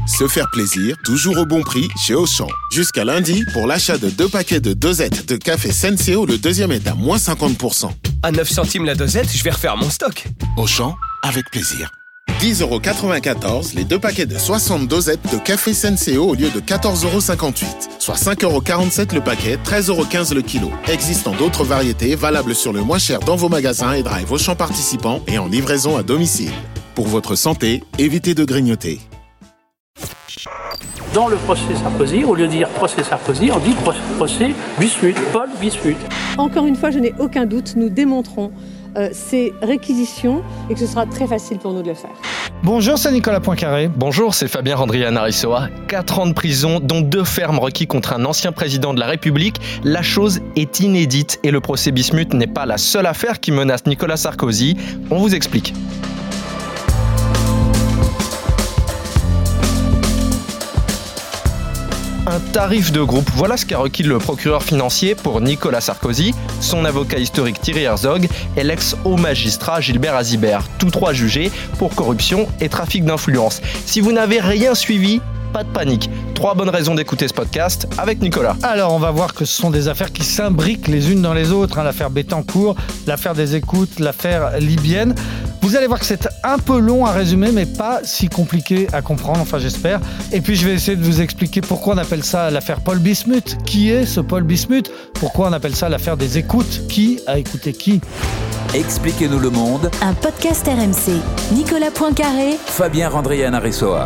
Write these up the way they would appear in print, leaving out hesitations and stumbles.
Se faire plaisir, toujours au bon prix chez Auchan. Jusqu'à lundi, pour l'achat de 2 paquets de dosettes de café Senseo, le deuxième est à moins 50%. À 9 centimes la dosette, je vais refaire mon stock. Auchan, avec plaisir. 10,94€ les 2 paquets de 60 dosettes de café Senseo au lieu de 14,58€. Soit 5,47€ le paquet, 13,15€ le kilo. Existant d'autres variétés valables sur le moins cher dans vos magasins et drive Auchan participants et en livraison à domicile. Pour votre santé, évitez de grignoter. Dans le procès Sarkozy, au lieu de dire procès Sarkozy, on dit procès Bismuth, Paul Bismuth. Encore une fois, je n'ai aucun doute, nous démontrons ces réquisitions et que ce sera très facile pour nous de le faire. Bonjour, c'est Nicolas Poincaré. Bonjour, c'est Fabien Randrian-Arissoa. 4 ans de prison, dont 2 fermes requis contre un ancien président de la République. La chose est inédite et le procès Bismuth n'est pas la seule affaire qui menace Nicolas Sarkozy. On vous explique. Un tarif de groupe, voilà ce qu'a requis le procureur financier pour Nicolas Sarkozy, son avocat historique Thierry Herzog et l'ex-haut magistrat Gilbert Azibert, tous 3 jugés pour corruption et trafic d'influence. Si vous n'avez rien suivi, pas de panique. 3 bonnes raisons d'écouter ce podcast avec Nicolas. Alors, on va voir que ce sont des affaires qui s'imbriquent les unes dans les autres. L'affaire Bettencourt, l'affaire des écoutes, l'affaire libyenne. Vous allez voir que c'est un peu long à résumer, mais pas si compliqué à comprendre, enfin j'espère. Et puis je vais essayer de vous expliquer pourquoi on appelle ça l'affaire Paul Bismuth. Qui est ce Paul Bismuth ? Pourquoi on appelle ça l'affaire des écoutes ? Qui a écouté qui ? Expliquez-nous le monde. Un podcast RMC. Nicolas Poincaré. Fabien Randrian-Arissoa.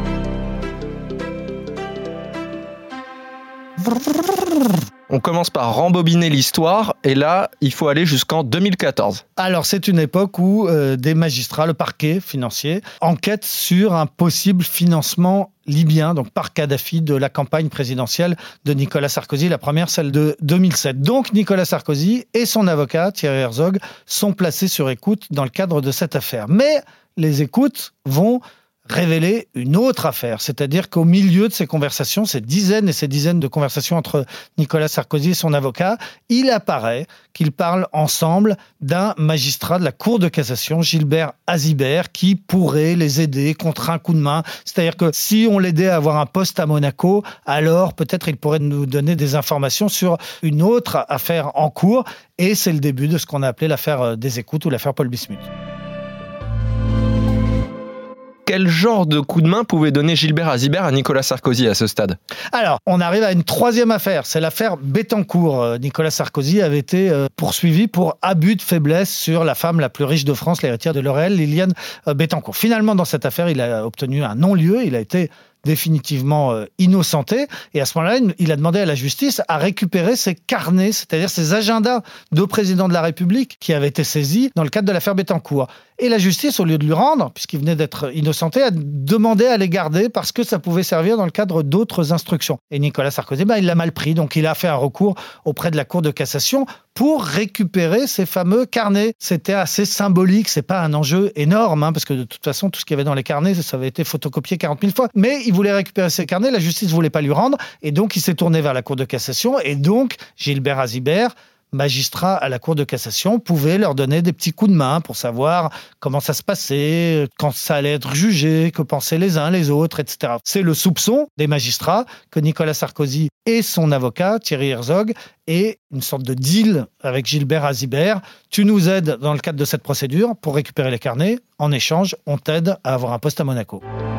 On commence par rembobiner l'histoire et là, il faut aller jusqu'en 2014. Alors, c'est une époque où des magistrats, le parquet financier, enquêtent sur un possible financement libyen, donc par Kadhafi, de la campagne présidentielle de Nicolas Sarkozy, la première, celle de 2007. Donc, Nicolas Sarkozy et son avocat, Thierry Herzog, sont placés sur écoute dans le cadre de cette affaire. Mais les écoutes vont révéler une autre affaire, c'est-à-dire qu'au milieu de ces conversations, ces dizaines et ces dizaines de conversations entre Nicolas Sarkozy et son avocat, il apparaît qu'ils parlent ensemble d'un magistrat de la Cour de cassation, Gilbert Azibert, qui pourrait les aider contre un coup de main. C'est-à-dire que si on l'aidait à avoir un poste à Monaco, alors peut-être il pourrait nous donner des informations sur une autre affaire en cours. Et c'est le début de ce qu'on a appelé l'affaire des écoutes ou l'affaire Paul Bismuth. Quel genre de coup de main pouvait donner Gilbert Azibert à Nicolas Sarkozy à ce stade ? Alors, on arrive à une 3e affaire, c'est l'affaire Bettencourt. Nicolas Sarkozy avait été poursuivi pour abus de faiblesse sur la femme la plus riche de France, l'héritière de L'Oréal, Liliane Bettencourt. Finalement, dans cette affaire, il a obtenu un non-lieu, il a été définitivement innocenté. Et à ce moment-là, il a demandé à la justice à récupérer ses carnets, c'est-à-dire ses agendas de président de la République qui avaient été saisis dans le cadre de l'affaire Bettencourt. Et la justice, au lieu de lui rendre, puisqu'il venait d'être innocenté, a demandé à les garder parce que ça pouvait servir dans le cadre d'autres instructions. Et Nicolas Sarkozy, il l'a mal pris, donc il a fait un recours auprès de la Cour de cassation pour récupérer ces fameux carnets. C'était assez symbolique, c'est pas un enjeu énorme, parce que de toute façon, tout ce qu'il y avait dans les carnets, ça avait été photocopié 40 000 fois. Mais il voulait récupérer ces carnets, la justice voulait pas lui rendre, et donc il s'est tourné vers la Cour de cassation, et donc Gilbert Azibert, magistrat à la Cour de cassation, pouvait leur donner des petits coups de main pour savoir comment ça se passait, quand ça allait être jugé, que pensaient les uns les autres, etc. C'est le soupçon des magistrats que Nicolas Sarkozy et son avocat, Thierry Herzog, aient une sorte de deal avec Gilbert Azibert. Tu nous aides dans le cadre de cette procédure pour récupérer les carnets. En échange, on t'aide à avoir un poste à Monaco.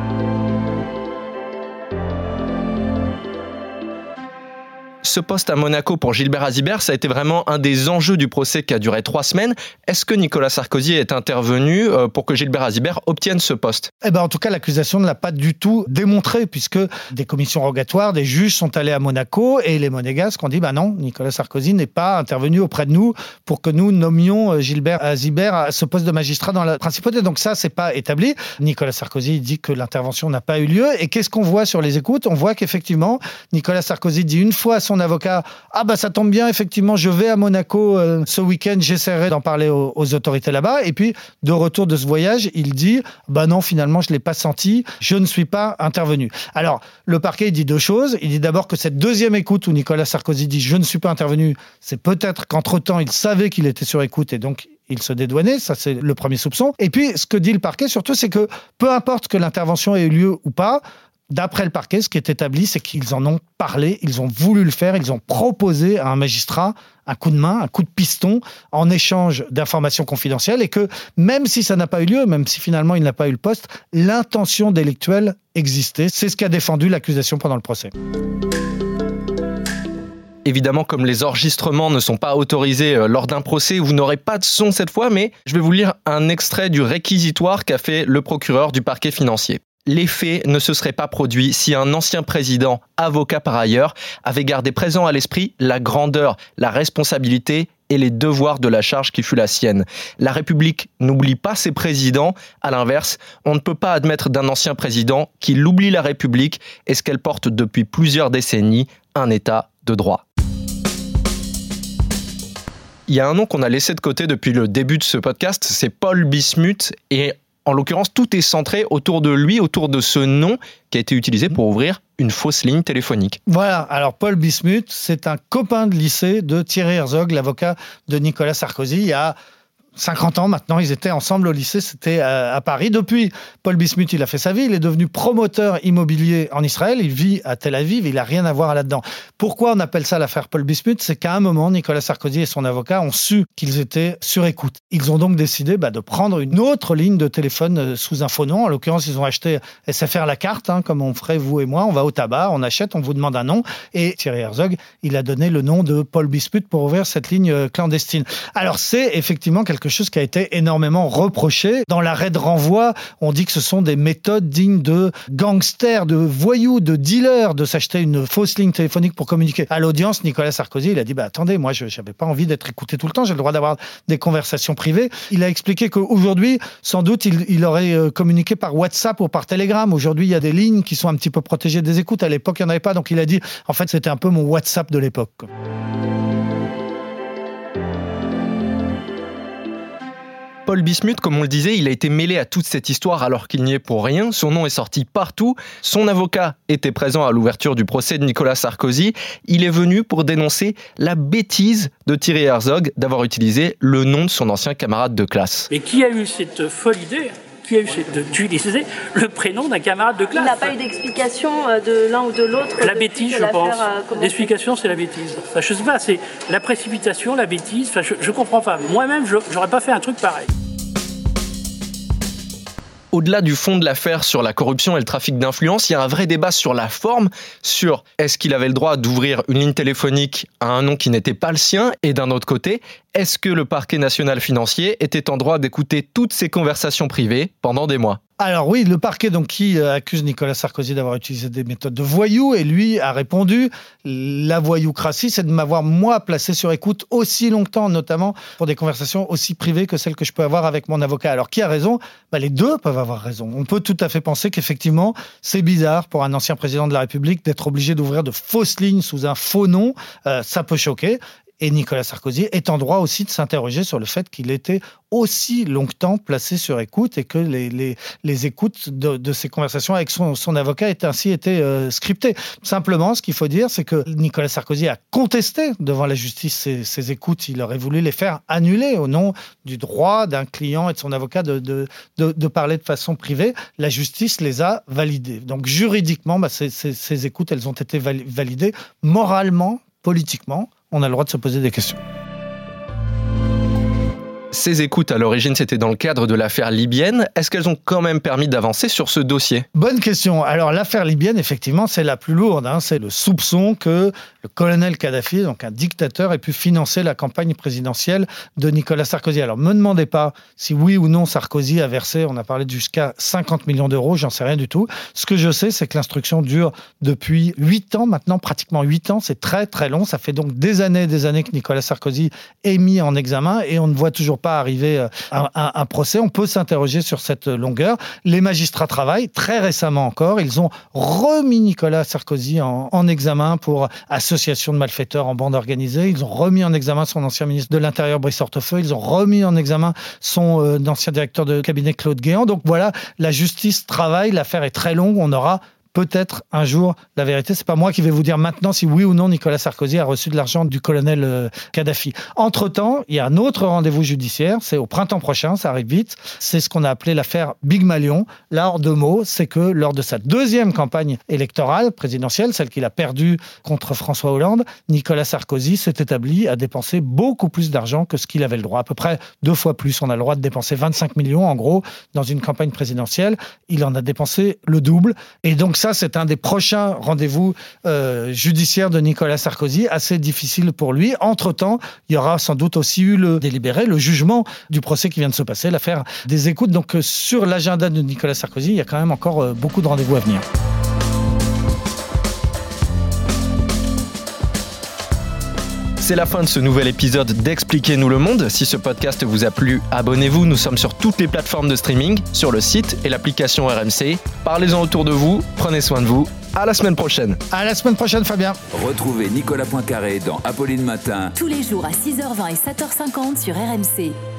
Ce poste à Monaco pour Gilbert Azibert, ça a été vraiment un des enjeux du procès qui a duré 3 semaines. Est-ce que Nicolas Sarkozy est intervenu pour que Gilbert Azibert obtienne ce poste ? En tout cas, l'accusation ne l'a pas du tout démontré, puisque des commissions rogatoires, des juges sont allés à Monaco et les monégasques ont dit non, Nicolas Sarkozy n'est pas intervenu auprès de nous pour que nous nommions Gilbert Azibert à ce poste de magistrat dans la principauté. Donc ça, c'est pas établi. Nicolas Sarkozy dit que l'intervention n'a pas eu lieu. Et qu'est-ce qu'on voit sur les écoutes ? On voit qu'effectivement, Nicolas Sarkozy dit une fois à son avocat, ça tombe bien, effectivement, je vais à Monaco ce week-end, j'essaierai d'en parler aux autorités là-bas. Et puis, de retour de ce voyage, il dit, non, finalement, je ne l'ai pas senti, je ne suis pas intervenu. Alors, le parquet dit 2 choses. Il dit d'abord que cette 2e écoute où Nicolas Sarkozy dit, je ne suis pas intervenu, c'est peut-être qu'entre-temps, il savait qu'il était sur écoute et donc il se dédouanait, ça c'est le premier soupçon. Et puis, ce que dit le parquet surtout, c'est que peu importe que l'intervention ait eu lieu ou pas, D'après le parquet, ce qui est établi, c'est qu'ils en ont parlé, ils ont voulu le faire, ils ont proposé à un magistrat un coup de main, un coup de piston en échange d'informations confidentielles et que même si ça n'a pas eu lieu, même si finalement il n'a pas eu le poste, l'intention délictuelle existait. C'est ce qu'a défendu l'accusation pendant le procès. Évidemment, comme les enregistrements ne sont pas autorisés lors d'un procès, vous n'aurez pas de son cette fois, mais je vais vous lire un extrait du réquisitoire qu'a fait le procureur du parquet financier. Les faits ne se seraient pas produits si un ancien président, avocat par ailleurs, avait gardé présent à l'esprit la grandeur, la responsabilité et les devoirs de la charge qui fut la sienne. La République n'oublie pas ses présidents. À l'inverse, on ne peut pas admettre d'un ancien président qu'il oublie la République et ce qu'elle porte depuis plusieurs décennies, un État de droit. Il y a un nom qu'on a laissé de côté depuis le début de ce podcast, c'est Paul Bismuth, et en l'occurrence, tout est centré autour de lui, autour de ce nom qui a été utilisé pour ouvrir une fausse ligne téléphonique. Voilà, alors Paul Bismuth, c'est un copain de lycée de Thierry Herzog, l'avocat de Nicolas Sarkozy. Il y a 50 ans maintenant, ils étaient ensemble au lycée, c'était à Paris. Depuis, Paul Bismuth, il a fait sa vie, il est devenu promoteur immobilier en Israël, il vit à Tel Aviv, il n'a rien à voir là-dedans. Pourquoi on appelle ça l'affaire Paul Bismuth ? C'est qu'à un moment, Nicolas Sarkozy et son avocat ont su qu'ils étaient sur écoute. Ils ont donc décidé de prendre une autre ligne de téléphone sous un faux nom. En l'occurrence, ils ont acheté SFR la carte, comme on ferait vous et moi. On va au tabac, on achète, on vous demande un nom. Et Thierry Herzog, il a donné le nom de Paul Bismuth pour ouvrir cette ligne clandestine. Alors, c'est effectivement quelque chose qui a été énormément reproché. Dans l'arrêt de renvoi, on dit que ce sont des méthodes dignes de gangsters, de voyous, de dealers, de s'acheter une fausse ligne téléphonique pour communiquer. À l'audience, Nicolas Sarkozy, il a dit attendez, moi je n'avais pas envie d'être écouté tout le temps, j'ai le droit d'avoir des conversations privées. Il a expliqué qu'aujourd'hui, sans doute, il aurait communiqué par WhatsApp ou par Telegram. Aujourd'hui, il y a des lignes qui sont un petit peu protégées des écoutes. À l'époque, il n'y en avait pas, donc il a dit en fait, c'était un peu mon WhatsApp de l'époque. Paul Bismuth, comme on le disait, il a été mêlé à toute cette histoire alors qu'il n'y est pour rien. Son nom est sorti partout. Son avocat était présent à l'ouverture du procès de Nicolas Sarkozy. Il est venu pour dénoncer la bêtise de Thierry Herzog d'avoir utilisé le nom de son ancien camarade de classe. Mais qui a eu cette folle idée ? Qui a eu d'utiliser le prénom d'un camarade de classe ? Il n'a pas eu d'explication de l'un ou de l'autre. La bêtise, je pense. L'explication, c'est la bêtise. Enfin, je ne sais pas, c'est la précipitation, la bêtise. Enfin, je ne comprends pas. Moi-même, je n'aurais pas fait un truc pareil. Au-delà du fond de l'affaire sur la corruption et le trafic d'influence, il y a un vrai débat sur la forme, sur est-ce qu'il avait le droit d'ouvrir une ligne téléphonique à un nom qui n'était pas le sien, et d'un autre côté, est-ce que le parquet national financier était en droit d'écouter toutes ces conversations privées pendant des mois ? Alors oui, le parquet qui accuse Nicolas Sarkozy d'avoir utilisé des méthodes de voyou, et lui a répondu la voyoucratie, c'est de m'avoir moi placé sur écoute aussi longtemps, notamment pour des conversations aussi privées que celles que je peux avoir avec mon avocat. Alors qui a raison ? Les deux peuvent avoir raison. On peut tout à fait penser qu'effectivement, c'est bizarre pour un ancien président de la République d'être obligé d'ouvrir de fausses lignes sous un faux nom. Ça peut choquer. Et Nicolas Sarkozy est en droit aussi de s'interroger sur le fait qu'il était aussi longtemps placé sur écoute et que les écoutes de ces conversations avec son avocat aient ainsi été scriptées. Simplement, ce qu'il faut dire, c'est que Nicolas Sarkozy a contesté devant la justice ces écoutes. Il aurait voulu les faire annuler au nom du droit d'un client et de son avocat de parler de façon privée. La justice les a validées. Donc juridiquement, ces écoutes, elles ont été validées. Moralement, politiquement, on a le droit de se poser des questions. Ces écoutes, à l'origine, c'était dans le cadre de l'affaire libyenne. Est-ce qu'elles ont quand même permis d'avancer sur ce dossier ? Bonne question. Alors, l'affaire libyenne, effectivement, c'est la plus lourde. C'est le soupçon que le colonel Kadhafi, donc un dictateur, ait pu financer la campagne présidentielle de Nicolas Sarkozy. Alors, me demandez pas si oui ou non Sarkozy a versé, on a parlé jusqu'à 50 millions d'euros, j'en sais rien du tout. Ce que je sais, c'est que l'instruction dure depuis 8 ans, maintenant pratiquement 8 ans. C'est très, très long. Ça fait donc des années que Nicolas Sarkozy est mis en examen et on ne voit toujours pas arriver à un procès. On peut s'interroger sur cette longueur. Les magistrats travaillent. Très récemment encore, ils ont remis Nicolas Sarkozy en examen pour association de malfaiteurs en bande organisée. Ils ont remis en examen son ancien ministre de l'Intérieur, Brice Hortefeux. Ils ont remis en examen son ancien directeur de cabinet, Claude Guéant. Donc voilà, la justice travaille. L'affaire est très longue. On aura peut-être un jour la vérité. C'est pas moi qui vais vous dire maintenant si oui ou non Nicolas Sarkozy a reçu de l'argent du colonel Kadhafi. Entre-temps, il y a un autre rendez-vous judiciaire, c'est au printemps prochain, ça arrive vite. C'est ce qu'on a appelé l'affaire Big Malion. Là, en 2 mots, c'est que lors de sa 2e campagne électorale présidentielle, celle qu'il a perdue contre François Hollande, Nicolas Sarkozy s'est établi à dépenser beaucoup plus d'argent que ce qu'il avait le droit. À peu près 2 fois plus. On a le droit de dépenser 25 millions, en gros, dans une campagne présidentielle. Il en a dépensé le double. Et donc ça, c'est un des prochains rendez-vous judiciaires de Nicolas Sarkozy, assez difficile pour lui. Entre-temps, il y aura sans doute aussi eu le délibéré, le jugement du procès qui vient de se passer, l'affaire des écoutes. Donc sur l'agenda de Nicolas Sarkozy, il y a quand même encore beaucoup de rendez-vous à venir. C'est la fin de ce nouvel épisode d'Expliquez-nous le monde. Si ce podcast vous a plu, abonnez-vous. Nous sommes sur toutes les plateformes de streaming, sur le site et l'application RMC. Parlez-en autour de vous, prenez soin de vous. À la semaine prochaine. À la semaine prochaine, Fabien. Retrouvez Nicolas Poincaré dans Apolline Matin. Tous les jours à 6h20 et 7h50 sur RMC.